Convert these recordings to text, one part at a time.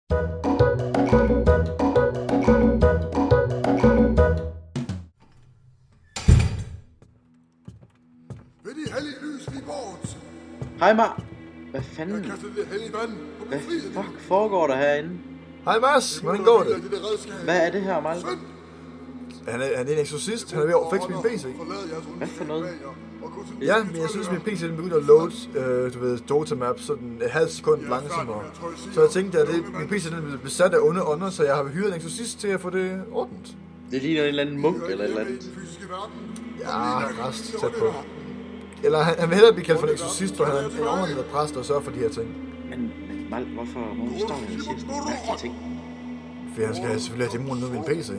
Hej Mar. Hvad fanden? Hvad fuck foregår der herinde? Hej Mads, hvordan går det? Hvad er det her, Mal? Han er en eksorcist, han er ved at fikse min PC. Hvad for noget? Ja, men jeg synes min PC den begynder at load, Dota map, sådan et halvt sekund langsommere. Så jeg tænkte, at min PC den blev besat af onde ånder, så jeg har hyret en eksorcist til at få det ordnet. Det ligner en eller anden munk eller et eller andet. Ja, rest tæt på. Eller han vil hellere blive kaldt for en eksorcist, for han er en overordnet præst og sørger for de her ting. Men Mal, hvorfor står han og siger sådan nogle mærkelige ting? For han skal selvfølgelig have dæmonen ud ved en PC.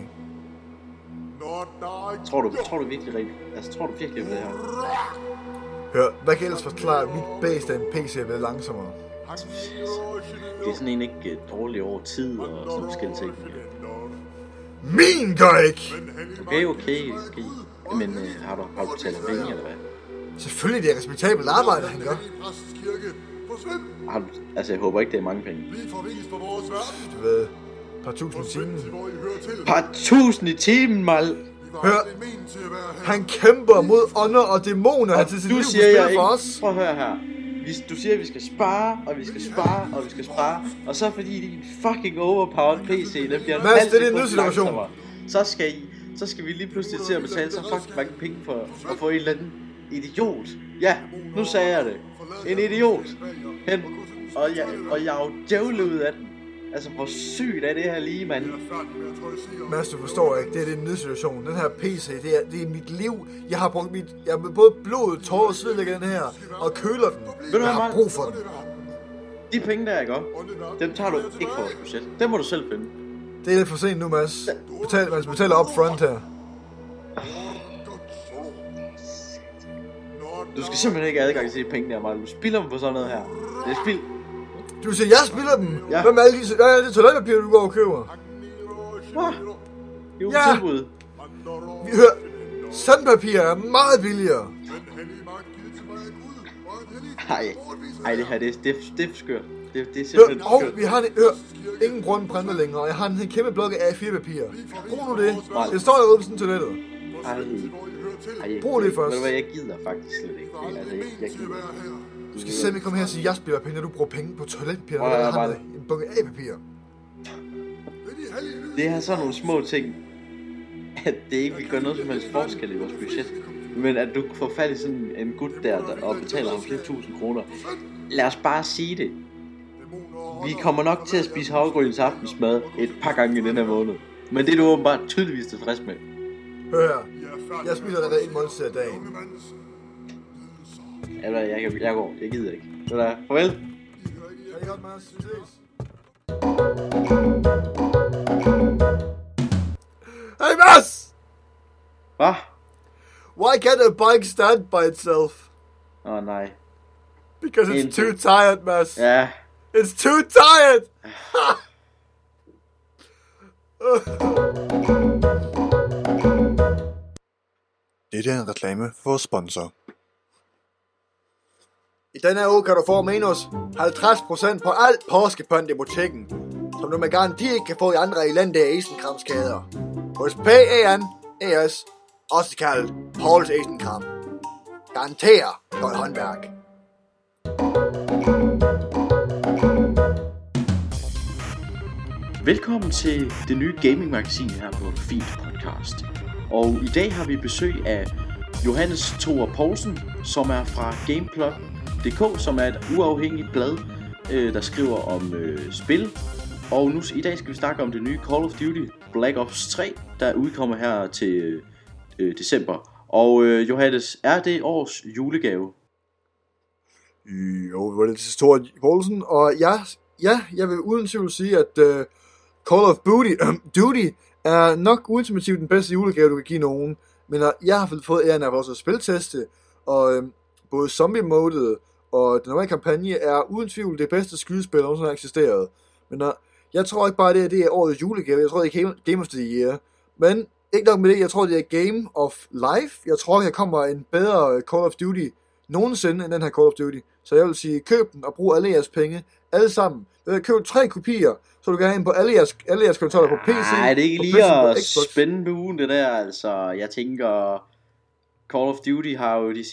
Tror du virkelig rigtigt? Altså, tror du virkelig på det her? Hør, hvad kan ellers forklare, at mit base af en PC er blevet langsommere? Det er sådan en ikke dårlig over tid og sådan forskellige ting. Min gør ikke! Okay. Men har du betalt penge, eller hvad? Selvfølgelig, det er respektabelt arbejde, han gør. Altså, jeg håber ikke, det er mange penge. Du ved, par tusind i timen. Par tusind i timen, Mal! Hør, han kæmper mod ånder og dæmoner, han til sit liv spiller for os. Prøv at høre her. Du siger, at vi skal spare, og så fordi din fucking overpowered PC, den bliver en halv sekund langsommere, så skal vi lige pludselig til at betale så fucking mange penge for at få en eller anden idiot. Ja, nu sagde jeg det. En idiot. Hen. Og jeg er jo djævle ud af den. Altså, hvor sygt er det her lige, mand? Mads, du forstår ikke. Det er en nødsituation. Den her PC, det er mit liv. Jeg har brugt jeg har både blod, tårer og sved i den her, og køler den. Jeg har brug for den. De penge der, ikke? Dem tager du ikke for vores budget. Dem må du selv finde. Det er lidt for sent nu, Mads. Man betaler up front her. Du skal simpelthen ikke have adgang til de penge der, Marl. Du spilder dem på sådan noget her. Det er spild. Du siger, jeg spilder dem? Ja. Hvad med alle de toiletpapir, du går og køber? Hvad? Jo, tilbud. Vi hører, sandpapir er meget billigere. Ej, det her, det er for skørt. Det er simpelthen for skørt. Og vi har ingen brun printer længere, og jeg har en kæmpe blok af A4-papir. Brug nu det. Det står derude på sådan toilettet. Brug det først. Ved du hvad, jeg gider faktisk slet ikke. Altså, jeg gider. Du skal simpelthen komme her og sige, at jeg spiller penge, når du bruger penge på toiletpapir, og jeg har en bunke A-papir. Det er sådan nogle små ting, at det ikke vil gøre noget som helst forskel i vores budget. Men at du får fat i sådan en gut der og betaler ham flere tusind kroner. Lad os bare sige det. Vi kommer nok til at spise havregryn aftensmad et par gange i den her måned. Men det er du åbenbart tydeligvis tilfreds med. Hør her. Jeg spiser allerede en måned af dagen. Eller jeg går. Jeg gider ikke. Så der. Farvel. Ja, det er godt, Mads. Vi ses. Hey, Mads! Hvad? Why can't a bike stand by itself? Nej. Because it's too tired, Mads. Ja. It's too tired! Det er en reklame for sponsor. I denne uge kan du få minus 50% på alt påskepynt i butikken, som du med garanti ikke kan få i andre elendige isenkramskæder. Hos PAN ES, også kaldet Pauls Isenkram. Garanterer godt håndværk. Velkommen til det nye gaming-magasin her på Fint Podcast. Og i dag har vi besøg af Johannes Thor Poulsen, som er fra Gameplot.dk, som er et uafhængigt blad, der skriver om spil. Og nu i dag skal vi snakke om det nye Call of Duty Black Ops 3, der udkommer her til december. Og Johannes, er det års julegave? Jo, det var lidt Thor Poulsen, og jeg vil uden tvivl sige, at Call of Duty er nok ultimativt den bedste julegave, du kan give nogen. Men jeg har fået æren af også at spilteste, og både zombie-modet og den normale kampagne er uden tvivl det bedste skydespil, der nogensinde har eksisteret. Men jeg tror ikke bare, det er årets julegave. Jeg tror, det er Game of the Year. Men ikke nok med det, jeg tror, det er Game of Life. Jeg tror, der kommer en bedre Call of Duty nogensinde end den her Call of Duty. Så jeg vil sige, køb den og brug alle jeres penge. Alle sammen. Køb 3 kopier, så du kan have en på alle jeres konsoller på PC. Nej, det er ikke lige at spænde buen, det der. Altså, jeg tænker, Call of Duty har jo de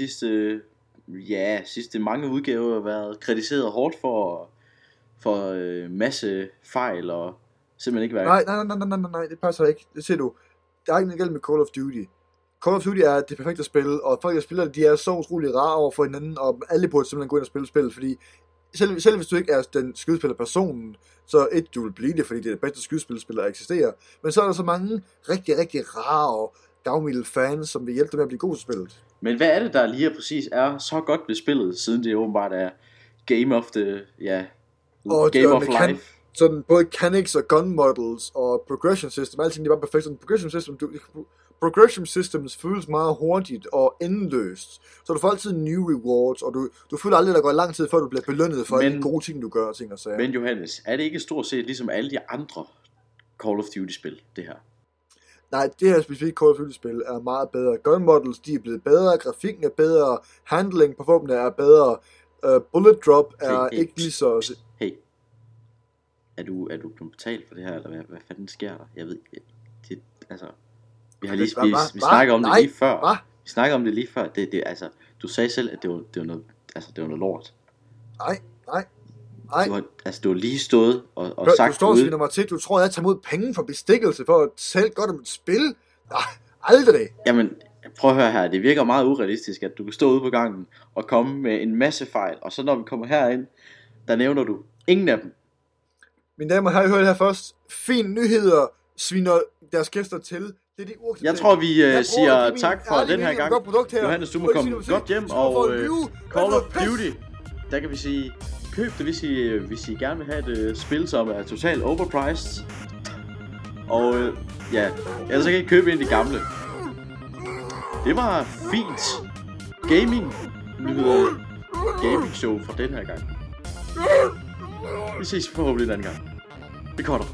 sidste mange udgaver været kritiseret hårdt for masse fejl og simpelthen ikke være... Nej, det passer ikke. Det ser du. Der er ikke noget galt med Call of Duty. Call of Duty er det perfekte spil, og folk, der spiller det, de er så utrolig rare over for hinanden, og alle burde simpelthen gå ind og spille spil, fordi selv hvis du ikke er den skydespiller-personen, så du vil blive det, fordi det er det bedste skydespiller, der eksisterer, men så er der så mange rigtig, rigtig rare og gavmilde fans, som vil hjælpe dig med at blive god til spillet. Men hvad er det, der lige præcis er så godt ved spillet, siden det åbenbart er Game of the... Ja, Game of Life? Sådan både mechanics og gun models og progression system, alting det er bare perfekt. Sådan progression systems føles meget hurtigt og endeløst. Så du får altid new rewards, og du føler aldrig, at der går lang tid, før du bliver belønnet for alle de gode ting, du gør, ting og sager. Men Johannes, er det ikke stort set ligesom alle de andre Call of Duty-spil, det her? Nej, det her specifikke Call of Duty-spil er meget bedre. Gun models, de er blevet bedre, grafikken er bedre, handling på våbnene er bedre, bullet drop er ikke lige så... Hey, er du blevet betalt for det her, eller hvad fanden sker der? Jeg ved ikke, altså... Vi snakker om det lige før. Hva? Vi snakker om det lige før. Det altså, du sagde selv, at det var noget lort. Nej. Du har lige stået og sagt... Du står og sviner mig til, du tror, jeg tager mod penge for bestikkelse for at sælge godt om et spil? Nej, aldrig. Jamen, prøv at høre her. Det virker meget urealistisk, at du kan stå ude på gangen og komme med en masse fejl, og så når vi kommer herind, der nævner du ingen af dem. Mine damer, har I hørt det her først? Fine nyheder sviner deres gæster til. Jeg tror, vi siger tak for den her gang. Johannes, du må komme godt hjem, og Call of Duty, der kan vi sige, køb det, hvis I gerne vil have et spil, som er totalt overpriced. Og ellers kan I købe ind i de gamle. Det var fint gaming-nyheder, gaming-show for den her gang. Vi ses forhåbentlig en anden gang. Vi cutter.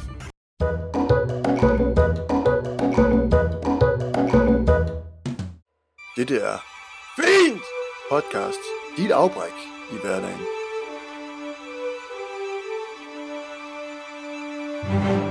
Det er fint podcast. Dit afbræk i hverdagen.